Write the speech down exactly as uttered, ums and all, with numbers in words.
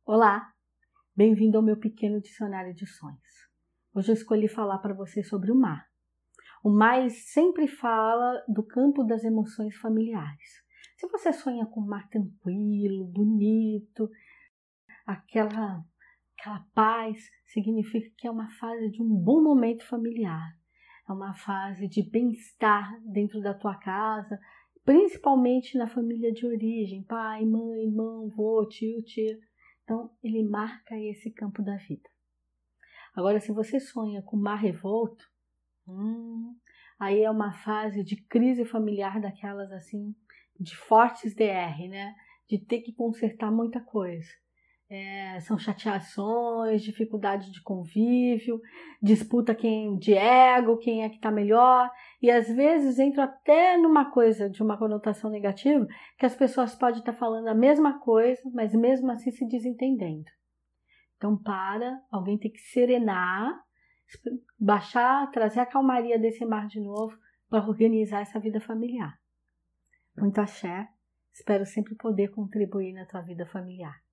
Olá, bem-vindo ao meu pequeno dicionário de sonhos. Hoje eu escolhi falar para você sobre o mar. O mar sempre fala do campo das emoções familiares. Se você sonha com um mar tranquilo, bonito, aquela, aquela paz, significa que é uma fase de um bom momento familiar. É uma fase de bem-estar dentro da tua casa, principalmente na família de origem, pai, mãe, irmão, vô, tio, tia. Então, ele marca esse campo da vida. Agora, se você sonha com mar revolto, hum, aí é uma fase de crise familiar daquelas assim, de fortes D R, né? De ter que consertar muita coisa. É, são chateações, dificuldade de convívio, disputa quem de ego, quem é que está melhor, e às vezes entra até numa coisa de uma conotação negativa, que as pessoas podem estar falando a mesma coisa, mas mesmo assim se desentendendo. Então para, alguém tem que serenar, baixar, trazer a calmaria desse mar de novo para organizar essa vida familiar. Muito axé, espero sempre poder contribuir na tua vida familiar.